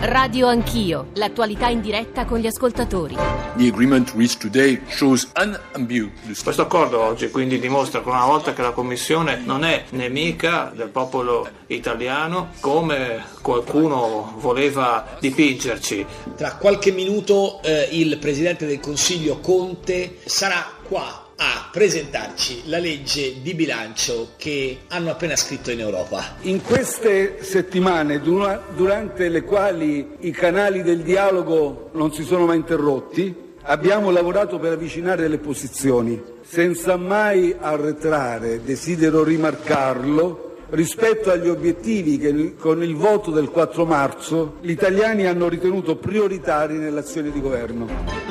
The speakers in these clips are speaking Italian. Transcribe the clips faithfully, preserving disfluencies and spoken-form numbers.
Radio Anch'io, l'attualità in diretta con gli ascoltatori. The agreement reached today shows unambiguously. Questo accordo oggi quindi dimostra ancora una volta che la Commissione non è nemica del popolo italiano come qualcuno voleva dipingerci. Tra qualche minuto eh, il Presidente del Consiglio Conte sarà qua a presentarci la legge di bilancio che hanno appena scritto in Europa. In queste settimane, durante le quali i canali del dialogo non si sono mai interrotti, abbiamo lavorato per avvicinare le posizioni, senza mai arretrare, desidero rimarcarlo, rispetto agli obiettivi che con il voto del quattro marzo gli italiani hanno ritenuto prioritari nell'azione di governo.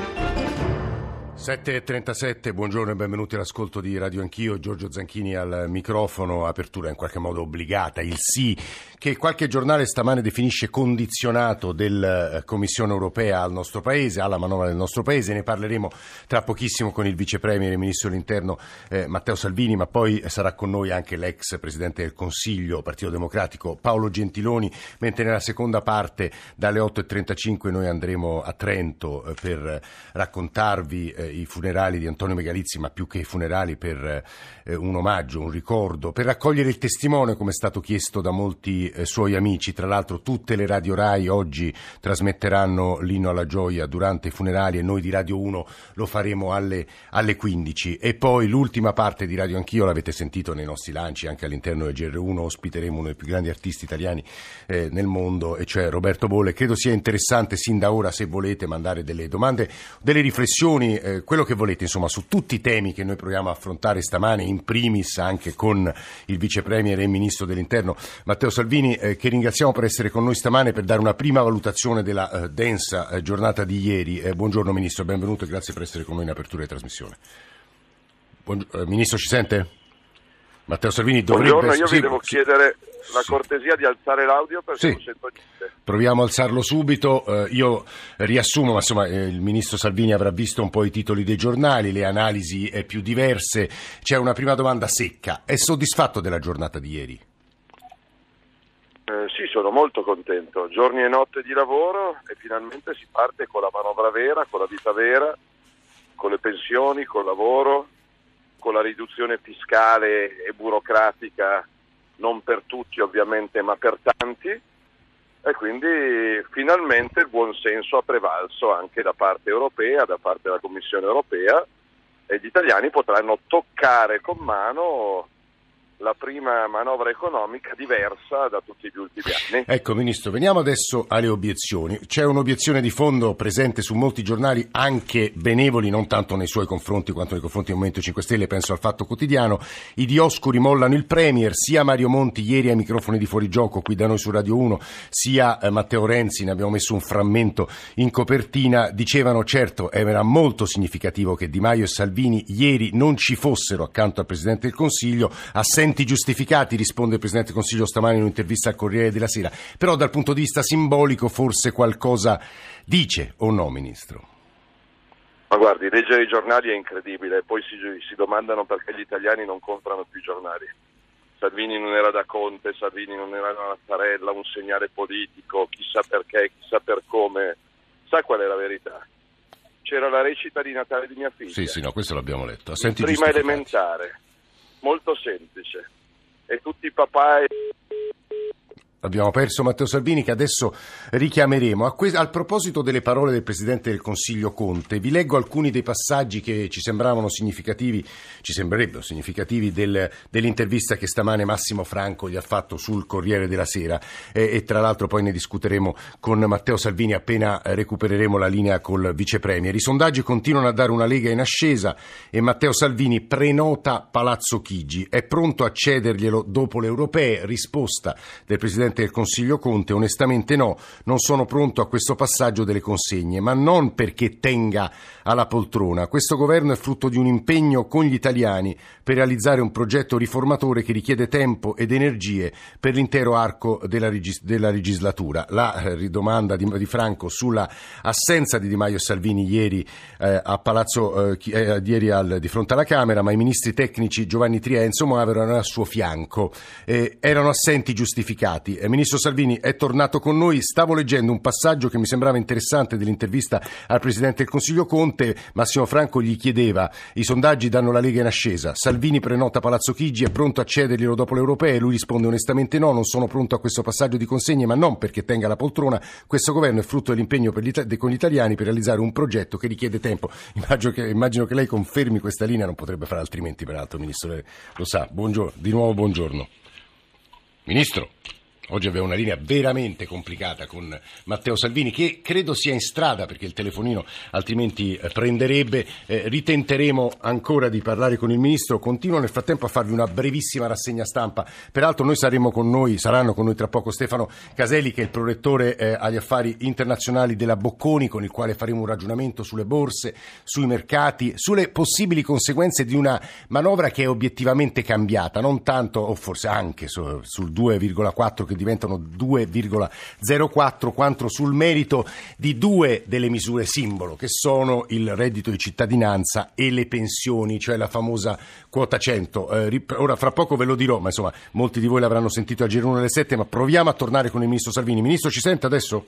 sette e trentasette, buongiorno e benvenuti all'ascolto di Radio Anch'io, Giorgio Zanchini al microfono, apertura in qualche modo obbligata, il sì che qualche giornale stamane definisce condizionato della Commissione Europea al nostro Paese, alla manovra del nostro Paese. Ne parleremo tra pochissimo con il Vice Premier e Ministro dell'Interno eh, Matteo Salvini, ma poi sarà con noi anche l'ex Presidente del Consiglio, Partito Democratico, Paolo Gentiloni, mentre nella seconda parte dalle otto e trentacinque noi andremo a Trento eh, per raccontarvi eh, i funerali di Antonio Megalizzi, ma più che i funerali per eh, un omaggio, un ricordo, per raccogliere il testimone come è stato chiesto da molti eh, suoi amici. Tra l'altro tutte le Radio Rai oggi trasmetteranno l'inno alla gioia durante i funerali e noi di Radio uno lo faremo alle, alle quindici. E poi l'ultima parte di Radio Anch'io, l'avete sentito nei nostri lanci anche all'interno del G R uno, ospiteremo uno dei più grandi artisti italiani eh, nel mondo, e cioè Roberto Bolle. Credo sia interessante sin da ora, se volete, mandare delle domande, delle riflessioni, eh, quello che volete, insomma, su tutti i temi che noi proviamo a affrontare stamane, in primis anche con il Vice Premier e il Ministro dell'Interno Matteo Salvini, eh, che ringraziamo per essere con noi stamane per dare una prima valutazione della eh, densa eh, giornata di ieri. Eh, buongiorno Ministro, benvenuto e grazie per essere con noi in apertura di trasmissione. Buong- eh, Ministro, ci sente? Matteo Salvini dovrebbe... Buongiorno, io sì, vi devo sì. chiedere la Sì. cortesia di alzare l'audio perché Sì. non sento niente. Proviamo a alzarlo subito. Eh, io riassumo, ma insomma eh, il Ministro Salvini avrà visto un po' i titoli dei giornali, le analisi eh, più diverse. C'è una prima domanda secca. È soddisfatto della giornata di ieri? Eh, sì, sono molto contento. Giorni e notte di lavoro e finalmente si parte con la manovra vera, con la vita vera, con le pensioni, col lavoro, con la riduzione fiscale e burocratica, non per tutti ovviamente, ma per tanti, e quindi finalmente il buon senso ha prevalso anche da parte europea, da parte della Commissione europea, e gli italiani potranno toccare con mano la prima manovra economica diversa da tutti gli ultimi anni. Ecco Ministro, veniamo adesso alle obiezioni. C'è un'obiezione di fondo presente su molti giornali, anche benevoli, non tanto nei suoi confronti quanto nei confronti del Movimento cinque Stelle, penso al Fatto Quotidiano. I Dioscuri mollano il Premier, sia Mario Monti ieri ai microfoni di Fuorigioco qui da noi su Radio uno, sia eh, Matteo Renzi, ne abbiamo messo un frammento in copertina, dicevano certo era molto significativo che Di Maio e Salvini ieri non ci fossero accanto al Presidente del Consiglio, assenti giustificati, risponde il Presidente del Consiglio stamani in un'intervista al Corriere della Sera, però dal punto di vista simbolico forse qualcosa dice o no, Ministro? Ma guardi, leggere i giornali è incredibile, poi si, si domandano perché gli italiani non comprano più i giornali. Salvini non era da Conte, Salvini non era da Mattarella, un segnale politico, chissà perché, chissà per come. Sa qual è la verità? C'era la recita di Natale di mia figlia. Sì, sì, no, questo l'abbiamo letto. Assenti prima giustificati. Elementare. Molto semplice, e tutti i papà e... Abbiamo perso Matteo Salvini, che adesso richiameremo. A que- al proposito delle parole del Presidente del Consiglio Conte, vi leggo alcuni dei passaggi che ci sembravano significativi, ci sembrerebbero significativi del, dell'intervista che stamane Massimo Franco gli ha fatto sul Corriere della Sera, e, e tra l'altro poi ne discuteremo con Matteo Salvini appena recupereremo la linea col Vice Premier. I sondaggi continuano a dare una Lega in ascesa e Matteo Salvini prenota Palazzo Chigi, è pronto a cederglielo dopo le europee. Risposta del Presidente del Consiglio Conte: onestamente no, non sono pronto a questo passaggio delle consegne, ma non perché tenga alla poltrona. Questo governo è frutto di un impegno con gli italiani per realizzare un progetto riformatore che richiede tempo ed energie per l'intero arco della, regis- della legislatura. La eh, ridomanda di, di Franco sulla assenza di Di Maio e Salvini ieri eh, a Palazzo eh, eh, ieri al, di fronte alla Camera, ma i ministri tecnici Giovanni Tria e Enzo Moavero erano al suo fianco, eh, erano assenti giustificati. Eh, Ministro Salvini è tornato con noi. Stavo leggendo un passaggio che mi sembrava interessante dell'intervista al Presidente del Consiglio Conte. Massimo Franco gli chiedeva: i sondaggi danno la Lega in ascesa, Salvini prenota Palazzo Chigi, è pronto a cederglielo dopo le europee? Lui risponde onestamente no, non sono pronto a questo passaggio di consegne, ma non perché tenga la poltrona. Questo governo è frutto dell'impegno per gli, con gli italiani per realizzare un progetto che richiede tempo. Immagino che, immagino che lei confermi questa linea, non potrebbe fare altrimenti, peraltro, Ministro, lei lo sa. Buongiorno, di nuovo buongiorno. Ministro, oggi avevo una linea veramente complicata con Matteo Salvini, che credo sia in strada perché il telefonino altrimenti prenderebbe. Eh, ritenteremo ancora di parlare con il Ministro. Continuo nel frattempo a farvi una brevissima rassegna stampa. Peraltro noi saremo con noi, saranno con noi tra poco Stefano Caselli, che è il prorettore eh, agli affari internazionali della Bocconi, con il quale faremo un ragionamento sulle borse, sui mercati, sulle possibili conseguenze di una manovra che è obiettivamente cambiata, non tanto, o forse anche su, sul due virgola quattro che diventano due virgola zero quattro, quanto sul merito di due delle misure simbolo, che sono il reddito di cittadinanza e le pensioni, cioè la famosa quota cento. Eh, ora fra poco ve lo dirò, ma insomma molti di voi l'avranno sentito a Girone alle sette, ma proviamo a tornare con il Ministro Salvini. Ministro, ci sente adesso?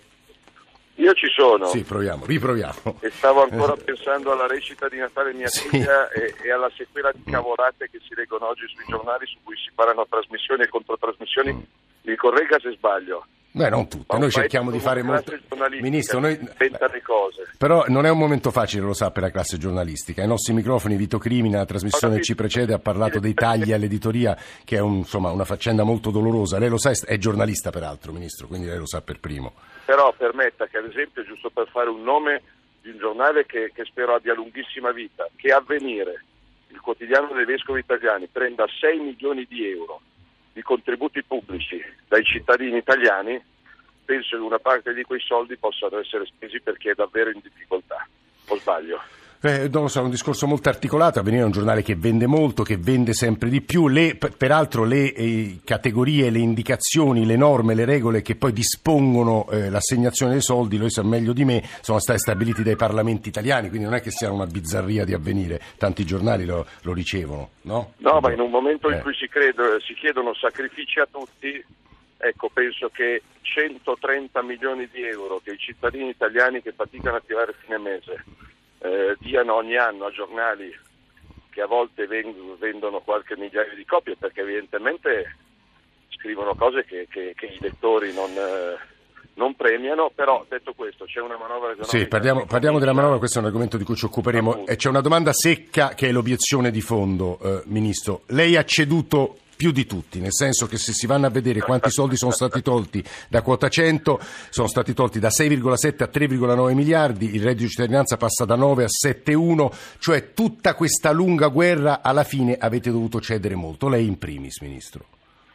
Io ci sono. Sì, proviamo, riproviamo. E stavo ancora pensando alla recita di Natale mia sì. figlia e, e alla sequela di cavolate che si leggono oggi sui giornali, su cui si parlano trasmissioni e controtrasmissioni. Mm. Mi corregga se sbaglio. Beh, non tutte, noi cerchiamo di fare molto. Ministro, noi le cose. Però non è un momento facile, lo sa, per la classe giornalistica. Ai nostri microfoni Vito Crimina, la trasmissione che ci precede, ha parlato dei tagli all'editoria, che è un, insomma una faccenda molto dolorosa. Lei lo sa, è giornalista peraltro, Ministro, quindi lei lo sa per primo. Però permetta che, ad esempio, giusto per fare un nome di un giornale che, che spero abbia lunghissima vita, che Avvenire, il quotidiano dei vescovi italiani, prenda sei milioni di euro di contributi pubblici dai cittadini italiani, penso che una parte di quei soldi possano essere spesi per chi è davvero in difficoltà. O sbaglio? Eh, non lo so, è un discorso molto articolato. Avvenire è un giornale che vende molto, che vende sempre di più. Le, peraltro le eh, categorie, le indicazioni, le norme, le regole che poi dispongono eh, l'assegnazione dei soldi, lo sa meglio di me, sono stati stabiliti dai parlamenti italiani, quindi non è che sia una bizzarria di Avvenire, tanti giornali lo, lo ricevono, no? No, ma in un momento eh. in cui si, credo, si chiedono sacrifici a tutti, ecco, penso che centotrenta milioni di euro che i cittadini italiani che faticano a tirare fine mese Eh, diano ogni anno a giornali che a volte veng- vendono qualche migliaio di copie, perché evidentemente scrivono cose che, che, che i lettori non, eh, non premiano. Però detto questo, c'è una manovra economica. Sì, parliamo, parliamo della manovra, questo è un argomento di cui ci occuperemo. Appunto. E c'è una domanda secca che è l'obiezione di fondo, eh, Ministro. Lei ha ceduto più di tutti, nel senso che se si vanno a vedere quanti soldi sono stati tolti da quota cento, sono stati tolti da sei virgola sette a tre virgola nove miliardi, il reddito di cittadinanza passa da nove a sette virgola uno, cioè tutta questa lunga guerra alla fine avete dovuto cedere molto, lei in primis, Ministro.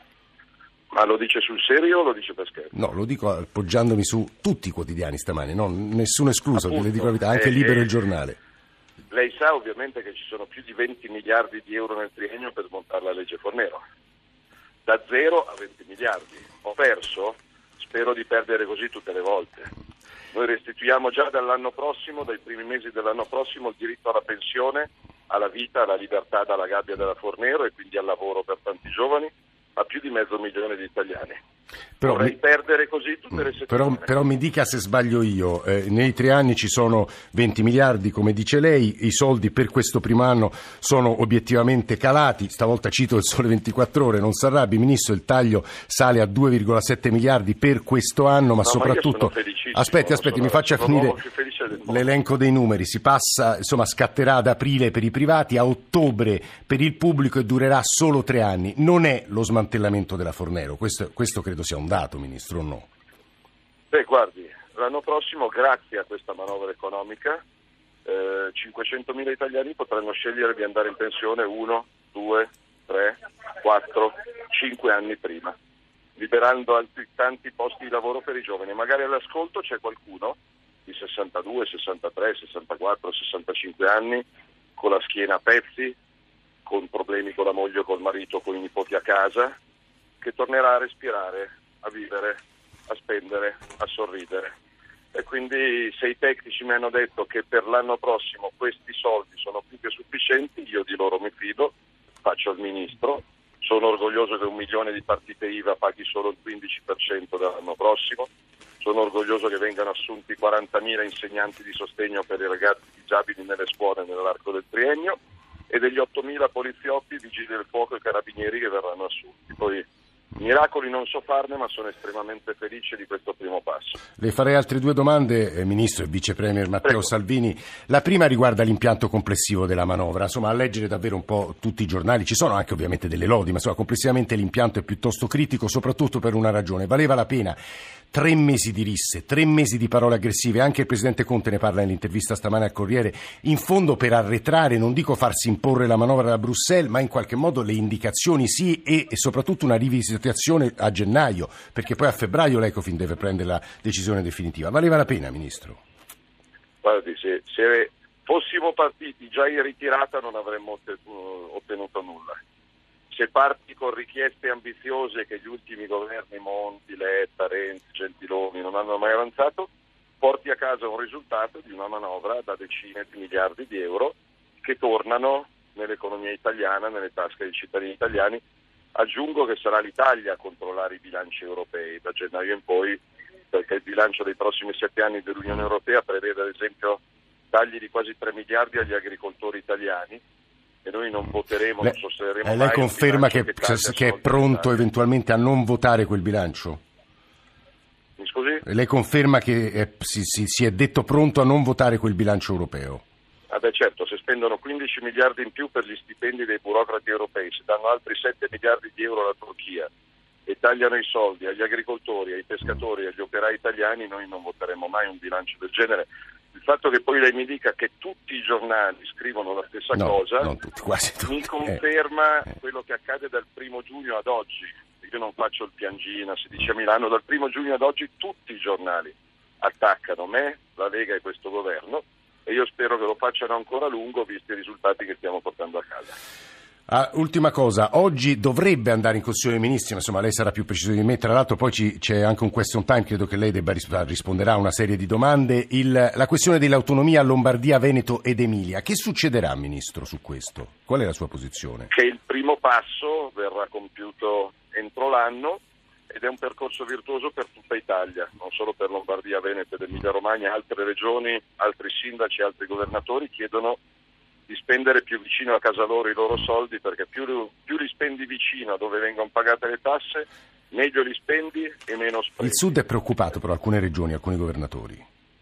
Ma lo dice sul serio o lo dice per scherzo? No, lo dico appoggiandomi su tutti i quotidiani stamani, no, nessuno escluso, Appunto, le dico la verità, anche eh, Libero eh, il giornale. Lei sa ovviamente che ci sono più di venti miliardi di euro nel triennio per smontare la legge Fornero. Da zero a venti miliardi. Ho perso? Spero di perdere così tutte le volte. Noi restituiamo già dall'anno prossimo, dai primi mesi dell'anno prossimo, il diritto alla pensione, alla vita, alla libertà dalla gabbia della Fornero e quindi al lavoro per tanti giovani, a più di mezzo milione di italiani. Però vorrei mi... perdere così tutte le settimane. Però, però mi dica se sbaglio io, eh, nei tre anni ci sono venti miliardi come dice lei, i soldi per questo primo anno sono obiettivamente calati, stavolta cito il Sole ventiquattro Ore, non si arrabbi Ministro, il taglio sale a due virgola sette miliardi per questo anno, ma no, soprattutto, ma aspetti, aspetti, sono, mi faccia finire l'elenco dei numeri, si passa, insomma scatterà ad aprile per i privati, a ottobre per il pubblico e durerà solo tre anni, non è lo smantellamento della Fornero, questo, questo credo sia un dato, Ministro, o no? Beh, guardi, l'anno prossimo, grazie a questa manovra economica, eh, cinquecentomila italiani potranno scegliere di andare in pensione uno, due, tre, quattro, cinque anni prima, liberando altrettanti posti di lavoro per i giovani. Magari all'ascolto c'è qualcuno di sessantadue, sessantatré, sessantaquattro, sessantacinque anni, con la schiena a pezzi, con problemi con la moglie o col marito, con i nipoti a casa, che tornerà a respirare, a vivere, a spendere, a sorridere. E quindi se i tecnici mi hanno detto che per l'anno prossimo questi soldi sono più che sufficienti, io di loro mi fido, faccio il ministro, sono orgoglioso che un milione di partite I V A paghi solo il quindici per cento dall'anno prossimo, sono orgoglioso che vengano assunti quarantamila insegnanti di sostegno per i ragazzi disabili nelle scuole nell'arco del triennio e degli ottomila poliziotti, vigili del fuoco e carabinieri che verranno assunti. Poi miracoli non so farne, ma sono estremamente felice di questo primo passo. Le farei altre due domande, eh, Ministro e Vice Premier Matteo Prego. Salvini. La prima riguarda l'impianto complessivo della manovra. Insomma, a leggere davvero un po' tutti i giornali, ci sono anche ovviamente delle lodi, ma insomma, complessivamente l'impianto è piuttosto critico, soprattutto per una ragione. Valeva la pena tre mesi di risse, tre mesi di parole aggressive, anche il Presidente Conte ne parla nell'intervista stamane al Corriere, in fondo per arretrare, non dico farsi imporre la manovra da Bruxelles, ma in qualche modo le indicazioni sì e, e soprattutto una rivisitazione a gennaio, perché poi a febbraio l'Ecofin deve prendere la decisione definitiva. Valeva la pena, Ministro? Guardi, se, se fossimo partiti già in ritirata non avremmo ottenuto nulla. Se parti con richieste ambiziose che gli ultimi governi Monti, Letta, Renzi, Gentiloni non hanno mai avanzato, porti a casa un risultato di una manovra da decine di miliardi di euro che tornano nell'economia italiana, nelle tasche dei cittadini italiani. Aggiungo che sarà l'Italia a controllare i bilanci europei da gennaio in poi, perché il bilancio dei prossimi sette anni dell'Unione Europea prevede ad esempio tagli di quasi tre miliardi agli agricoltori italiani, e noi non voteremo, lei, non sosterremo eh, mai. Lei conferma che, che, che è pronto eventualmente a non votare quel bilancio? Mi scusi? Lei conferma che è, si, si, si è detto pronto a non votare quel bilancio europeo? Ah beh certo, se spendono quindici miliardi in più per gli stipendi dei burocrati europei, se danno altri sette miliardi di euro alla Turchia e tagliano i soldi agli agricoltori, ai pescatori, agli operai italiani, noi non voteremo mai un bilancio del genere. Il fatto che poi lei mi dica che tutti i giornali scrivono la stessa no, cosa non tutti, quasi tutti. mi conferma eh. quello che accade dal primo giugno ad oggi. Io non faccio il piangina, si dice a Milano, dal primo giugno ad oggi tutti i giornali attaccano me, la Lega e questo governo, e io spero che lo facciano ancora a lungo visti i risultati che stiamo portando a casa. Ah, ultima cosa, oggi dovrebbe andare in Consiglio dei Ministri, ma insomma lei sarà più preciso di me, tra l'altro poi ci, c'è anche un question time, credo che lei debba ris- risponderà a una serie di domande, il, la questione dell'autonomia a Lombardia, Veneto ed Emilia. Che succederà, Ministro, su questo? Qual è la sua posizione? Che il primo passo verrà compiuto entro l'anno ed è un percorso virtuoso per tutta Italia, non solo per Lombardia, Veneto ed Emilia Romagna, altre regioni, altri sindaci, altri governatori chiedono di spendere più vicino a casa loro i loro soldi, perché più, più li spendi vicino a dove vengono pagate le tasse, meglio li spendi e meno sprechi. Il Sud è preoccupato per alcune regioni, alcuni governatori.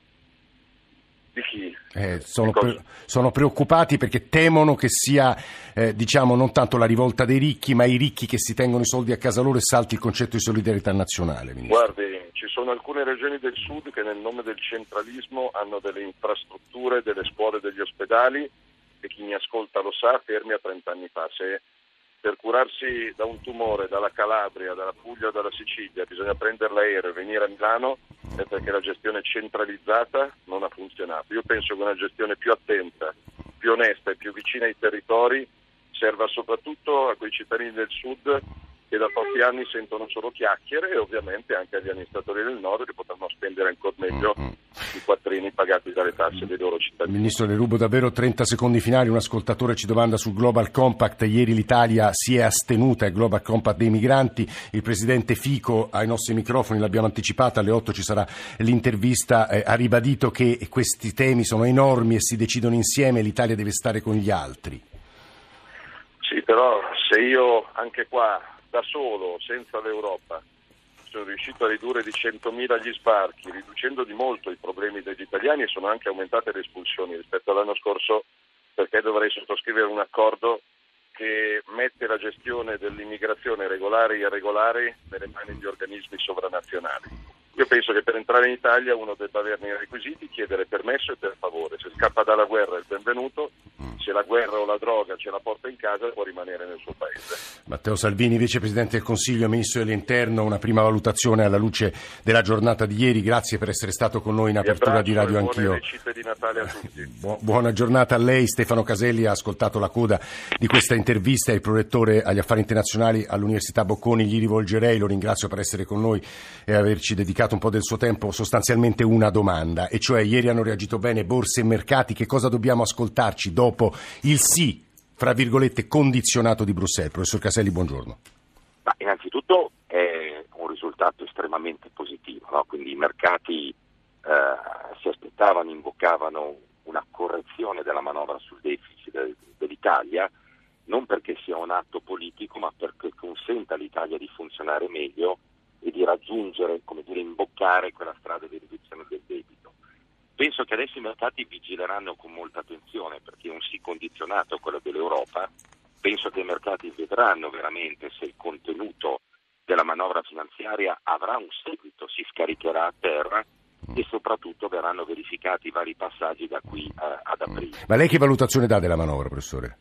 Di chi? Eh, sono, pre- sono preoccupati perché temono che sia, eh, diciamo, non tanto la rivolta dei ricchi, ma i ricchi che si tengono i soldi a casa loro e salti il concetto di solidarietà nazionale. Ministro. Guardi, ci sono alcune regioni del Sud che nel nome del centralismo hanno delle infrastrutture, delle scuole, degli ospedali, e chi mi ascolta lo sa, fermi a trent'anni fa. Se per curarsi da un tumore dalla Calabria, dalla Puglia o dalla Sicilia bisogna prendere l'aereo e venire a Milano, è perché la gestione centralizzata non ha funzionato. Io penso che una gestione più attenta, più onesta e più vicina ai territori serva soprattutto a quei cittadini del Sud che da pochi anni sentono solo chiacchiere, e ovviamente anche agli amministratori del Nord che potranno spendere ancora meglio i quattrini pagati dalle tasse dei loro cittadini. Ministro, le rubo davvero trenta secondi finali. Un ascoltatore ci domanda sul Global Compact. Ieri l'Italia si è astenuta, il Global Compact dei migranti. Il presidente Fico ai nostri microfoni, l'abbiamo anticipata, alle otto ci sarà l'intervista, eh, ha ribadito che questi temi sono enormi e si decidono insieme, l'Italia deve stare con gli altri. Sì, però se io anche qua da solo, senza l'Europa, sono riuscito a ridurre di centomila gli sbarchi, riducendo di molto i problemi degli italiani, e sono anche aumentate le espulsioni rispetto all'anno scorso, perché dovrei sottoscrivere un accordo che mette la gestione dell'immigrazione regolare e irregolare nelle mani di organismi sovranazionali. Io penso che per entrare in Italia uno debba averne i requisiti, chiedere permesso e per favore. Se scappa dalla guerra è il benvenuto, se la guerra o la droga ce la porta in casa può rimanere nel suo paese. Matteo Salvini, Vicepresidente del Consiglio, Ministro dell'Interno, una prima valutazione alla luce della giornata di ieri. Grazie per essere stato con noi in apertura di Radio Anch'io. Buone recite di Natale a tutti. Bu- buona giornata a lei. Stefano Caselli ha ascoltato la coda di questa intervista, è il prorettore agli affari internazionali all'Università Bocconi. Gli rivolgerei, lo ringrazio per essere con noi e averci dedicato un po' del suo tempo, sostanzialmente una domanda, e cioè: ieri hanno reagito bene borse e mercati, che cosa dobbiamo ascoltarci dopo il sì fra virgolette, condizionato di Bruxelles. Professor Caselli, buongiorno. Ma innanzitutto è un risultato estremamente positivo, no? Quindi i mercati eh, si aspettavano, invocavano una correzione della manovra sul deficit de- dell'Italia, non perché sia un atto politico, ma perché consenta all'Italia di funzionare meglio e di raggiungere, come dire, imboccare quella strada di riduzione del debito. Penso che adesso i mercati vigileranno con molta attenzione, perché è un sì condizionato a quello dell'Europa. Penso che i mercati vedranno veramente se il contenuto della manovra finanziaria avrà un seguito, si scaricherà a terra e soprattutto verranno verificati i vari passaggi da qui a, ad aprile. Ma lei che valutazione dà della manovra, professore?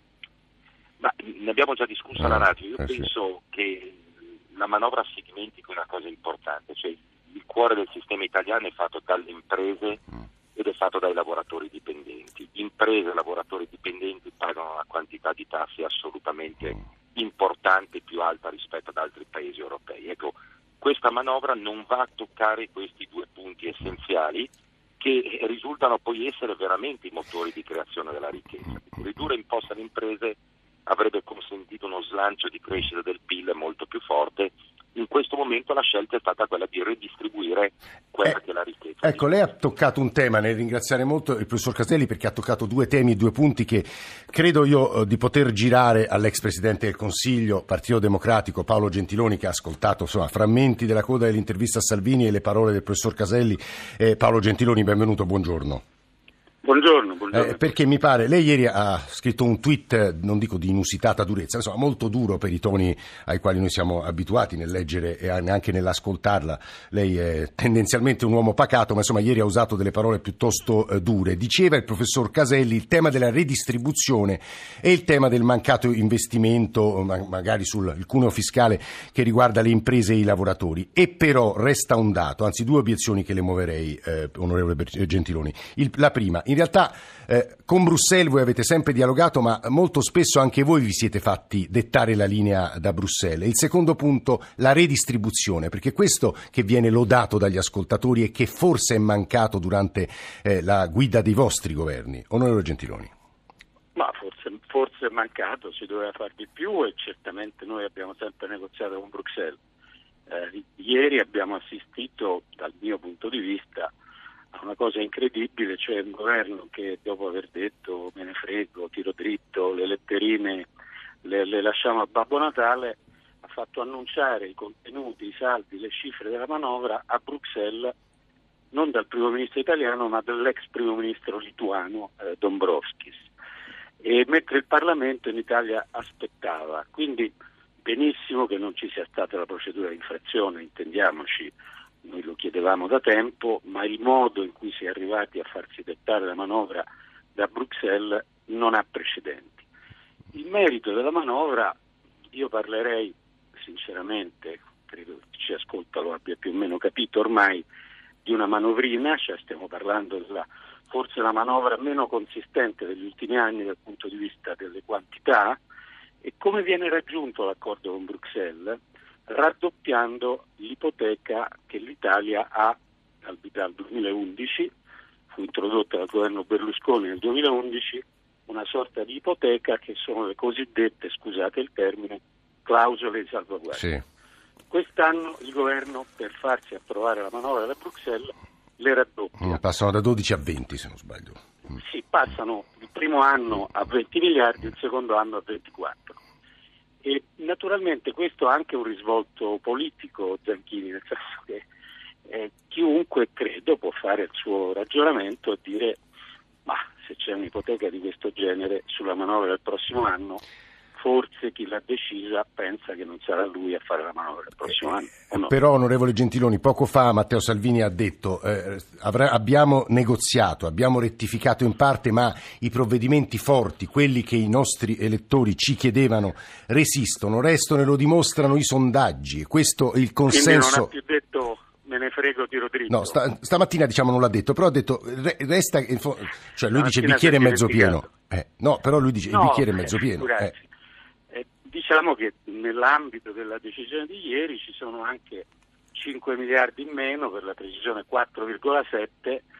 Ma ne abbiamo già discusso ah, alla radio. Io eh penso sì. che la manovra si dimentichi una cosa importante, cioè il cuore del sistema italiano è fatto dalle imprese ed è fatto dai lavoratori dipendenti. Imprese e lavoratori dipendenti pagano una quantità di tasse assolutamente importante, più alta rispetto ad altri paesi europei. Ecco, questa manovra non va a toccare questi due punti essenziali che risultano poi essere veramente i motori di creazione della ricchezza. Ridurre imposte alle imprese avrebbe consentito uno slancio di crescita del P I L molto più forte. In questo momento la scelta è stata quella di redistribuire quella eh, che è la ricchezza. Ecco, lei ha toccato un tema, nel ringraziare molto il professor Caselli perché ha toccato due temi, due punti che credo io eh, di poter girare all'ex Presidente del Consiglio, Partito Democratico, Paolo Gentiloni, che ha ascoltato insomma frammenti della coda dell'intervista a Salvini e le parole del professor Caselli. Eh, Paolo Gentiloni, benvenuto, buongiorno. Buongiorno, buongiorno. Eh, perché mi pare, lei ieri ha scritto un tweet, non dico di inusitata durezza, insomma molto duro per i toni ai quali noi siamo abituati nel leggere e anche nell'ascoltarla. Lei è tendenzialmente un uomo pacato, ma insomma ieri ha usato delle parole piuttosto eh, dure. Diceva il professor Caselli il tema della redistribuzione e il tema del mancato investimento, ma- magari sul cuneo fiscale che riguarda le imprese e i lavoratori. E però resta un dato, anzi due obiezioni che le muoverei, eh, onorevole Gentiloni. Il, la prima, in realtà eh, con Bruxelles voi avete sempre dialogato, ma molto spesso anche voi vi siete fatti dettare la linea da Bruxelles. Il secondo punto, la redistribuzione, perché questo che viene lodato dagli ascoltatori e che forse è mancato durante eh, la guida dei vostri governi. Onorevole Gentiloni. Ma forse, forse è mancato, si doveva fare di più e certamente noi abbiamo sempre negoziato con Bruxelles. Eh, ieri abbiamo assistito, dal mio punto di vista, a una cosa incredibile, cioè un governo che dopo aver detto me ne frego, tiro dritto, le letterine le, le lasciamo a Babbo Natale, ha fatto annunciare i contenuti, i saldi, le cifre della manovra a Bruxelles, non dal primo ministro italiano ma dall'ex primo ministro lituano eh, Dombrovskis, e mentre il Parlamento in Italia aspettava. Quindi benissimo che non ci sia stata la procedura di infrazione, intendiamoci. Noi lo chiedevamo da tempo, ma il modo in cui si è arrivati a farsi dettare la manovra da Bruxelles non ha precedenti. Il merito della manovra, io parlerei sinceramente, credo che chi ci ascolta lo abbia più o meno capito ormai, di una manovrina, cioè stiamo parlando della forse la manovra meno consistente degli ultimi anni dal punto di vista delle quantità. E come viene raggiunto l'accordo con Bruxelles? Raddoppiando l'ipoteca che l'Italia ha dal, dal duemilaundici, fu introdotta dal governo Berlusconi nel duemilaundici, una sorta di ipoteca che sono le cosiddette, scusate il termine, clausole di salvaguardia. Sì. Quest'anno il governo, per farsi approvare la manovra da Bruxelles, le raddoppia. Mm, passano da dodici a venti, se non sbaglio. Mm. Sì, passano il primo anno a venti miliardi, il secondo anno a ventiquattro. E naturalmente questo ha anche un risvolto politico, Zanchini, nel senso che eh, chiunque credo può fare il suo ragionamento e dire ma se c'è un'ipoteca di questo genere sulla manovra del prossimo anno, forse chi l'ha decisa pensa che non sarà lui a fare la manovra del prossimo anno. O no? Però, onorevole Gentiloni, poco fa Matteo Salvini ha detto eh, avrà, abbiamo negoziato, abbiamo rettificato in parte, ma i provvedimenti forti, quelli che i nostri elettori ci chiedevano, resistono, restano e lo dimostrano i sondaggi. Questo è il consenso. Quindi non ha più detto me ne frego, tiro dritto. No, sta, stamattina diciamo non l'ha detto, però ha detto re, resta, cioè lui dice il bicchiere è mezzo pieno. Eh, no, però lui dice no, il bicchiere è mezzo pieno. Eh. Diciamo che nell'ambito della decisione di ieri ci sono anche cinque miliardi in meno, per la precisione quattro virgola sette,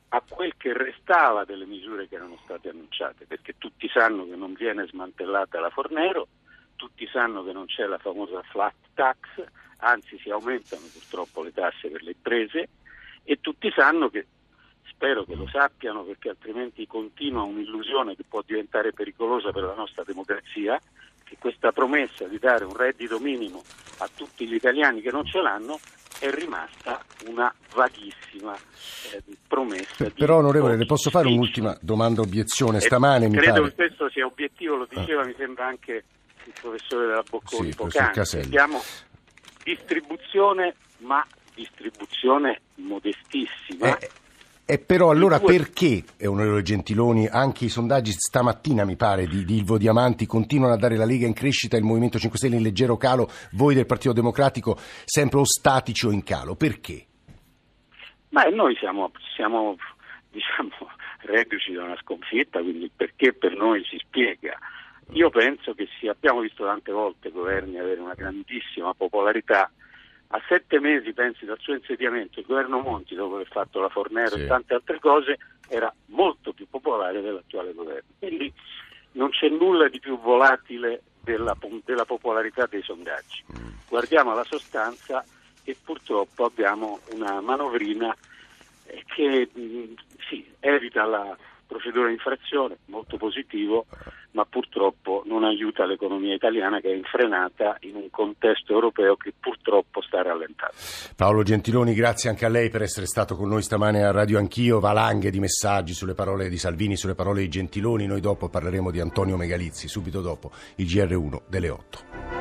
a quel che restava delle misure che erano state annunciate, perché tutti sanno che non viene smantellata la Fornero, tutti sanno che non c'è la famosa flat tax, anzi si aumentano purtroppo le tasse per le imprese, e tutti sanno che, spero che lo sappiano perché altrimenti continua un'illusione che può diventare pericolosa per la nostra democrazia, che questa promessa di dare un reddito minimo a tutti gli italiani che non ce l'hanno è rimasta una vaghissima eh, promessa. P- però onorevole, di le posso fare un'ultima domanda obiezione? Stamane eh, mi credo pare... che questo sia obiettivo, lo diceva ah. mi sembra anche il professore della Bocconi sì, poc'anzi. Abbiamo distribuzione, ma distribuzione modestissima. Eh. E però allora perché, onorevole Gentiloni, anche i sondaggi stamattina mi pare di, di Ilvo Diamanti continuano a dare la Lega in crescita e il Movimento cinque Stelle in leggero calo, voi del Partito Democratico sempre o statici o in calo, perché? Ma noi siamo, siamo diciamo, reduci da una sconfitta, quindi perché per noi si spiega. Io penso che sì, abbiamo visto tante volte governi avere una grandissima popolarità. A sette mesi, pensi, dal suo insediamento, il governo Monti, dopo aver fatto la Fornero sì. e tante altre cose, era molto più popolare dell'attuale governo. Quindi non c'è nulla di più volatile della, della popolarità dei sondaggi. Mm. Guardiamo la sostanza e purtroppo abbiamo una manovrina che mh, sì, evita la procedura di infrazione, molto positivo, ma purtroppo non aiuta l'economia italiana che è infrenata in un contesto europeo che purtroppo sta rallentando. Paolo Gentiloni, grazie anche a lei per essere stato con noi stamane a Radio Anch'io. Valanghe di messaggi sulle parole di Salvini, sulle parole di Gentiloni. Noi dopo parleremo di Antonio Megalizzi, subito dopo il G R uno delle otto.